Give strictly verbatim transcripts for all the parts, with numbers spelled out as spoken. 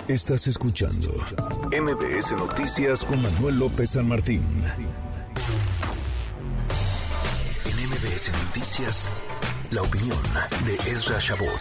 Estás escuchando M B S Noticias con Manuel López San Martín. En M B S Noticias, la opinión de Ezra Shabot.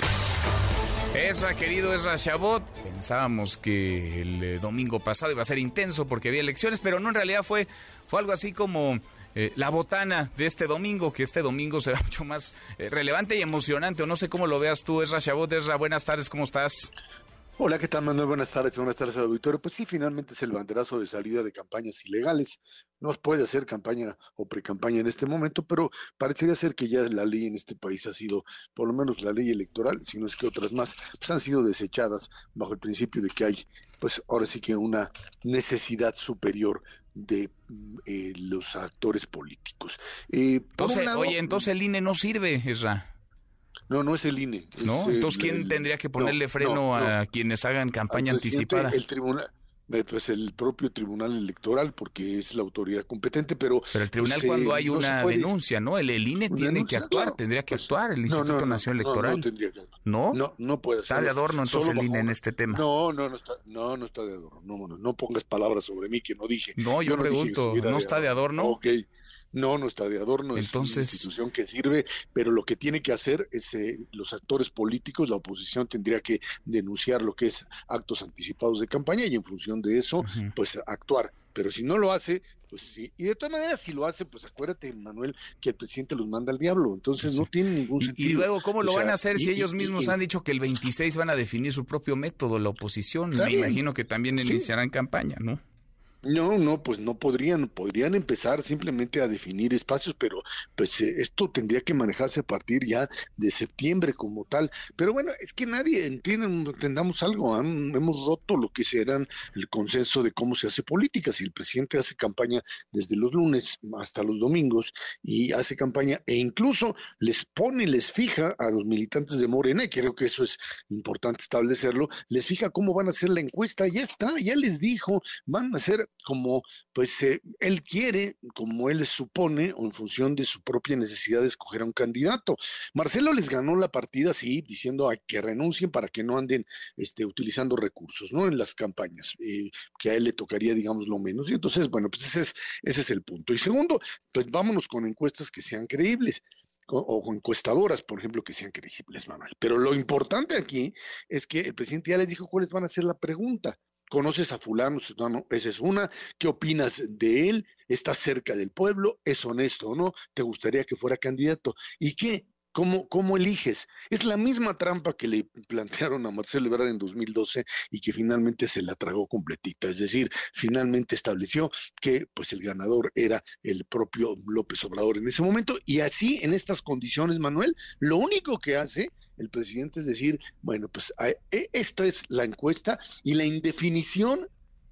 Ezra, querido Ezra Shabot, pensábamos que el eh, domingo pasado iba a ser intenso porque había elecciones, pero no, en realidad fue, fue algo así como eh, la botana de este domingo, que este domingo será mucho más eh, relevante y emocionante, o no sé cómo lo veas tú, Ezra Shabot. Ezra, buenas tardes, ¿cómo estás? Hola, ¿qué tal, Manuel? Buenas tardes, buenas tardes al auditorio. Pues sí, finalmente es el banderazo de salida de campañas ilegales. No se puede hacer campaña o precampaña en este momento, pero parecería ser que ya la ley en este país ha sido, por lo menos la ley electoral, si no es que otras más, pues han sido desechadas bajo el principio de que hay, pues ahora sí que una necesidad superior de eh, los actores políticos. Eh, por entonces, un lado, oye, entonces el I N E no sirve, Ezra. No, no es el I N E. ¿No? Es entonces, el, ¿quién el, tendría que ponerle no, freno no, a no. quienes hagan campaña Al presidente, anticipada? El tribunal, eh, pues el propio Tribunal Electoral, porque es la autoridad competente, pero... Pero el tribunal pues, cuando eh, hay no una puede, denuncia, ¿no? El, el I N E tiene denuncia, que actuar, claro, tendría que pues, actuar, el no, Instituto no, no, Nacional no, Electoral. no tendría que actuar. ¿No? No, no puede Está hacerlo. de adorno entonces el I N E en una, este tema. No, no, no está, no, no está de adorno. No, no, no pongas palabras sobre mí que no dije. No, yo, yo no pregunto, dije que ¿no está de adorno? Ok. No, no está de adorno, Entonces, es una institución que sirve, pero lo que tiene que hacer es eh, los actores políticos, la oposición tendría que denunciar lo que es actos anticipados de campaña y en función de eso, uh-huh. pues actuar. Pero si no lo hace, pues sí. Y de todas maneras, si lo hace, pues acuérdate, Manuel, que el presidente los manda al diablo. Entonces sí. no tiene ningún y, sentido. Y luego, ¿cómo lo o sea, van a hacer y, si ellos y, mismos y, han dicho que el veintiséis van a definir su propio método, la oposición? Me bien. imagino que también sí. iniciarán campaña, ¿no? No, no, pues no podrían, podrían empezar simplemente a definir espacios, pero pues eh, esto tendría que manejarse a partir ya de septiembre como tal. Pero bueno, es que nadie entiende, entendamos algo, han, hemos roto lo que serán el consenso de cómo se hace política. Si el presidente hace campaña desde los lunes hasta los domingos y hace campaña e incluso les pone, les fija a los militantes de Morena, y creo que eso es importante establecerlo, les fija cómo van a hacer la encuesta, ya está, ya les dijo, van a hacer como pues eh, él quiere, como él supone, o en función de su propia necesidad de escoger a un candidato. Marcelo les ganó la partida, sí, diciendo a que renuncien para que no anden este, utilizando recursos, ¿no? En las campañas, eh, que a él le tocaría, digamos, lo menos. Y entonces, bueno, pues ese es, ese es el punto. Y segundo, pues vámonos con encuestas que sean creíbles. O, o encuestadoras, por ejemplo, que sean creíbles, Manuel. Pero lo importante aquí es que el presidente ya les dijo cuáles van a ser la pregunta. ¿Conoces a fulano? No, no, esa es una. ¿Qué opinas de él? ¿Está cerca del pueblo? ¿Es honesto o no? ¿Te gustaría que fuera candidato? ¿Y qué? ¿Cómo, ¿Cómo eliges? Es la misma trampa que le plantearon a Marcelo Ebrard en dos mil doce y que finalmente se la tragó completita. Es decir, finalmente estableció que pues el ganador era el propio López Obrador en ese momento. Y así, en estas condiciones, Manuel, lo único que hace el presidente es decir, bueno, pues esta es la encuesta y la indefinición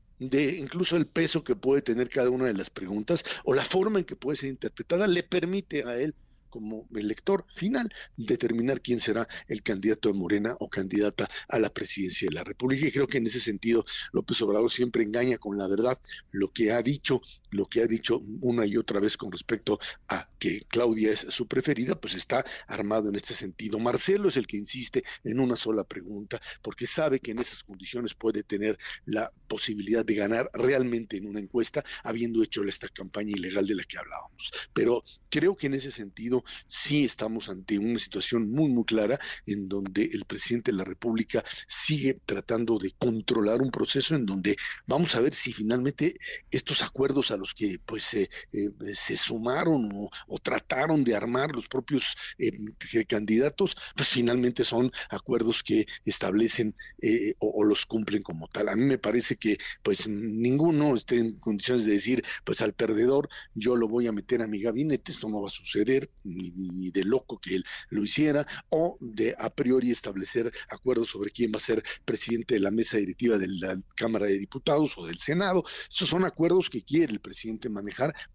de incluso el peso que puede tener cada una de las preguntas o la forma en que puede ser interpretada le permite a él como elector final determinar quién será el candidato de Morena o candidata a la presidencia de la República. Y creo que en ese sentido López Obrador siempre engaña con la verdad, lo que ha dicho, lo que ha dicho una y otra vez con respecto a que Claudia es su preferida, pues está armado en este sentido. Marcelo es el que insiste en una sola pregunta, porque sabe que en esas condiciones puede tener la posibilidad de ganar realmente en una encuesta, habiendo hecho esta campaña ilegal de la que hablábamos. Pero creo que en ese sentido sí estamos ante una situación muy muy clara en donde el presidente de la República sigue tratando de controlar un proceso en donde vamos a ver si finalmente estos acuerdos a los que pues eh, eh, se sumaron o, o trataron de armar los propios eh, candidatos, pues finalmente son acuerdos que establecen eh, o, o los cumplen como tal. A mí me parece que pues ninguno esté en condiciones de decir pues al perdedor yo lo voy a meter a mi gabinete, esto no va a suceder. Ni, ni de loco que él lo hiciera, o de a priori establecer acuerdos sobre quién va a ser presidente de la mesa directiva de la Cámara de Diputados o del Senado. Esos son acuerdos que quiere el presidente manejar para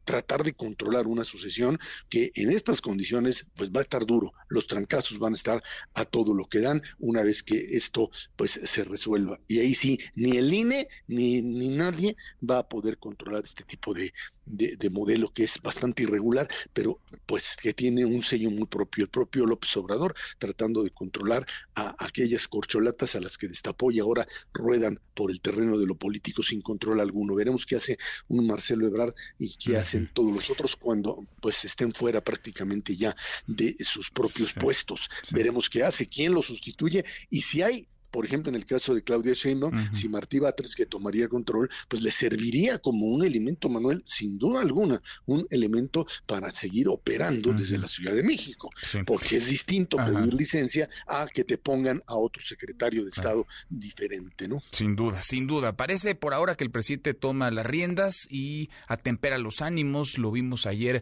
tratar de controlar una sucesión que en estas condiciones pues va a estar duro, los trancazos van a estar a todo lo que dan una vez que esto pues se resuelva, y ahí sí, ni el I N E ni, ni nadie va a poder controlar este tipo de, de, de modelo que es bastante irregular, pero pues que tiene un sello muy propio, el propio López Obrador tratando de controlar a aquellas corcholatas a las que destapó y ahora ruedan por el terreno de lo político sin control alguno. Veremos qué hace un Marcelo Ebrard y qué uh-huh. hacen todos los otros cuando pues estén fuera prácticamente ya de sus propios sí. puestos. Sí. Veremos qué hace, quién lo sustituye y si hay, por ejemplo, en el caso de Claudia Sheinbaum, uh-huh. si Martí Batres, que tomaría control, pues le serviría como un elemento, Manuel, sin duda alguna, un elemento para seguir operando uh-huh. desde la Ciudad de México, sí. porque es distinto uh-huh. pedir licencia a que te pongan a otro secretario de Estado uh-huh. diferente, ¿no? Sin duda, sin duda. Parece por ahora que el presidente toma las riendas y atempera los ánimos. Lo vimos ayer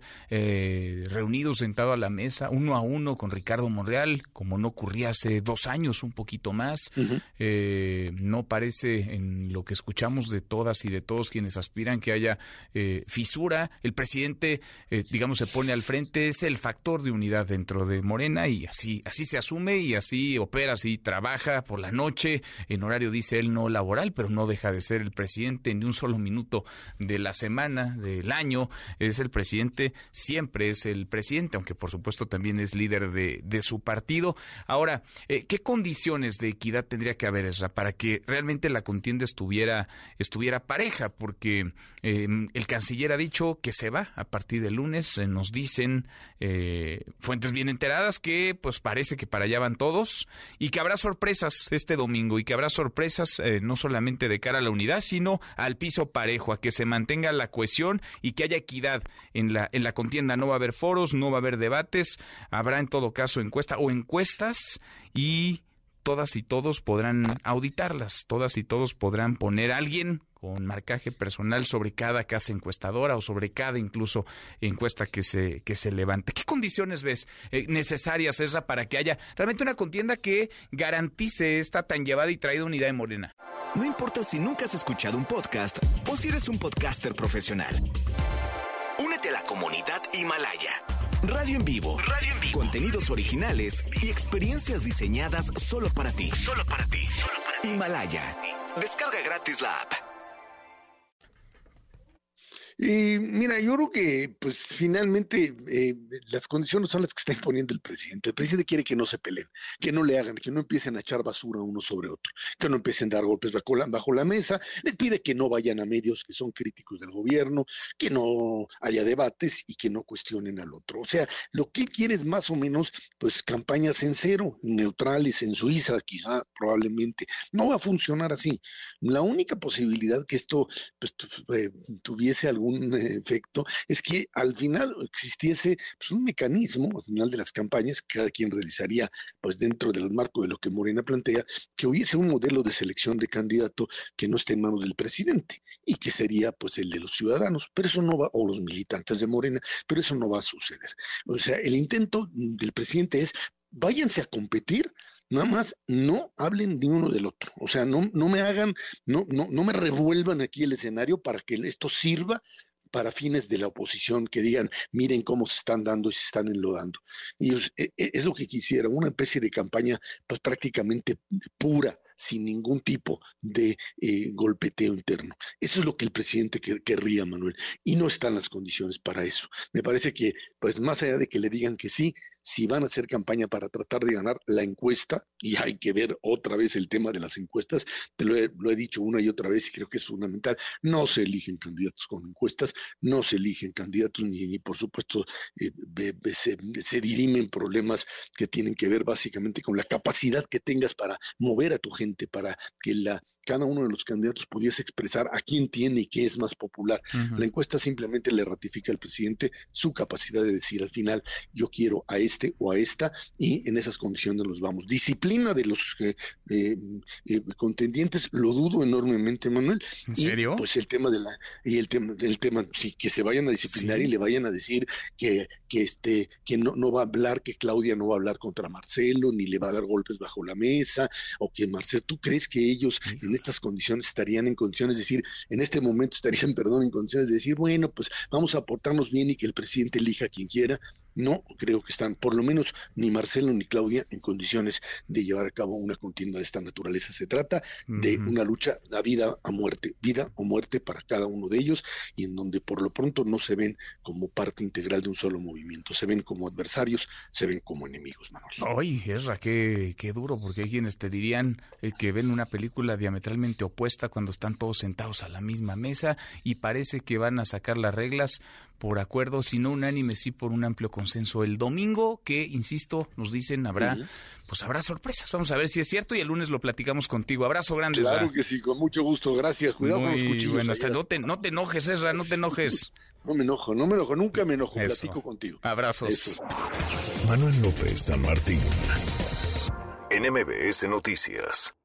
eh, reunido, sentado a la mesa, uno a uno con Ricardo Monreal, como no ocurría hace dos años, un poquito más. Uh-huh. Eh, no parece en lo que escuchamos de todas y de todos quienes aspiran que haya eh, fisura. El presidente, eh, digamos, se pone al frente, es el factor de unidad dentro de Morena y así, así se asume y así opera, así trabaja por la noche, en horario dice él no laboral, pero no deja de ser el presidente ni un solo minuto de la semana, del año. Es el presidente, siempre es el presidente, aunque por supuesto también es líder de, de su partido. Ahora, eh, ¿qué condiciones de equidad tendría que haber, Ezra, para que realmente la contienda estuviera estuviera pareja? Porque eh, el canciller ha dicho que se va a partir del lunes. Eh, nos dicen eh, fuentes bien enteradas que pues parece que para allá van todos y que habrá sorpresas este domingo y que habrá sorpresas eh, no solamente de cara a la unidad, sino al piso parejo, a que se mantenga la cohesión y que haya equidad en la, en la contienda. No va a haber foros, no va a haber debates, habrá en todo caso encuesta o encuestas y todas y todos podrán auditarlas, todas y todos podrán poner a alguien con marcaje personal sobre cada casa encuestadora o sobre cada incluso encuesta que se que se levante. ¿Qué condiciones ves eh, necesarias, Ezra, para que haya realmente una contienda que garantice esta tan llevada y traída unidad de Morena? No importa si nunca has escuchado un podcast o si eres un podcaster profesional. Únete a la comunidad Himalaya. Radio en vivo. Radio en vivo. Contenidos originales y experiencias diseñadas solo para ti. Solo para ti. Solo para ti. Himalaya. Descarga gratis la app. Y mira, yo creo que pues finalmente eh, las condiciones son las que está imponiendo el presidente. El presidente quiere que no se peleen, que no le hagan, que no empiecen a echar basura uno sobre otro, que no empiecen a dar golpes bajo la, bajo la mesa. Les pide que no vayan a medios que son críticos del gobierno, que no haya debates y que no cuestionen al otro. O sea, lo que él quiere es más o menos pues campañas en cero, neutrales, en Suiza quizá, probablemente. No va a funcionar así. La única posibilidad que esto pues, eh, tuviese algún un efecto, es que al final existiese pues, un mecanismo, al final de las campañas, que cada quien realizaría pues dentro del marco de lo que Morena plantea, que hubiese un modelo de selección de candidato que no esté en manos del presidente y que sería pues el de los ciudadanos, pero eso no va, o los militantes de Morena, pero eso no va a suceder. O sea, el intento del presidente es, váyanse a competir, nada más no hablen ni uno del otro, o sea, no, no me hagan, no, no, no me revuelvan aquí el escenario para que esto sirva para fines de la oposición, que digan, miren cómo se están dando y se están enlodando. Y es, es lo que quisiera, una especie de campaña pues prácticamente pura, sin ningún tipo de eh, golpeteo interno. Eso es lo que el presidente quer- querría, Manuel, y no están las condiciones para eso. Me parece que, pues más allá de que le digan que sí, si van a hacer campaña para tratar de ganar la encuesta, y hay que ver otra vez el tema de las encuestas, te lo he, lo he dicho una y otra vez y creo que es fundamental, no se eligen candidatos con encuestas, no se eligen candidatos ni, ni por supuesto eh, be, be, se, se dirimen problemas que tienen que ver básicamente con la capacidad que tengas para mover a tu gente, para que la cada uno de los candidatos pudiese expresar a quién tiene y qué es más popular. Uh-huh. La encuesta simplemente le ratifica al presidente su capacidad de decir al final, yo quiero a este o a esta, y en esas condiciones los vamos. Disciplina de los eh, eh, eh, contendientes, lo dudo enormemente, Manuel. ¿En y, serio? Pues el tema de la, y el tema, el tema, sí, que se vayan a disciplinar sí. y le vayan a decir que, que este, que no, no va a hablar, que Claudia no va a hablar contra Marcelo, ni le va a dar golpes bajo la mesa, o que Marcelo, ¿tú crees que ellos en en estas condiciones estarían en condiciones de decir, en este momento estarían, perdón, en condiciones de decir, bueno, pues vamos a portarnos bien y que el presidente elija a quien quiera. No creo que están, por lo menos, ni Marcelo ni Claudia en condiciones de llevar a cabo una contienda de esta naturaleza. Se trata de uh-huh. una lucha a vida a muerte, vida o muerte para cada uno de ellos, y en donde por lo pronto no se ven como parte integral de un solo movimiento, se ven como adversarios, se ven como enemigos, Manuel. Ay, Ezra, qué, qué duro, porque hay quienes te dirían eh, que ven una película diametralmente opuesta cuando están todos sentados a la misma mesa y parece que van a sacar las reglas por acuerdo, si no unánime, sí por un amplio consenso el domingo, que, insisto, nos dicen, habrá, uh-huh. pues habrá sorpresas. Vamos a ver si es cierto y el lunes lo platicamos contigo. Abrazo grande, Claro Ezra. que sí, con mucho gusto, gracias. Cuidado Muy con los cuchillos. Bueno, hasta no te, no te enojes, Ezra, no te enojes. No me enojo, no me enojo, nunca me enojo, Eso. platico contigo. Abrazos. Eso. Manuel López San Martín, en M B S Noticias.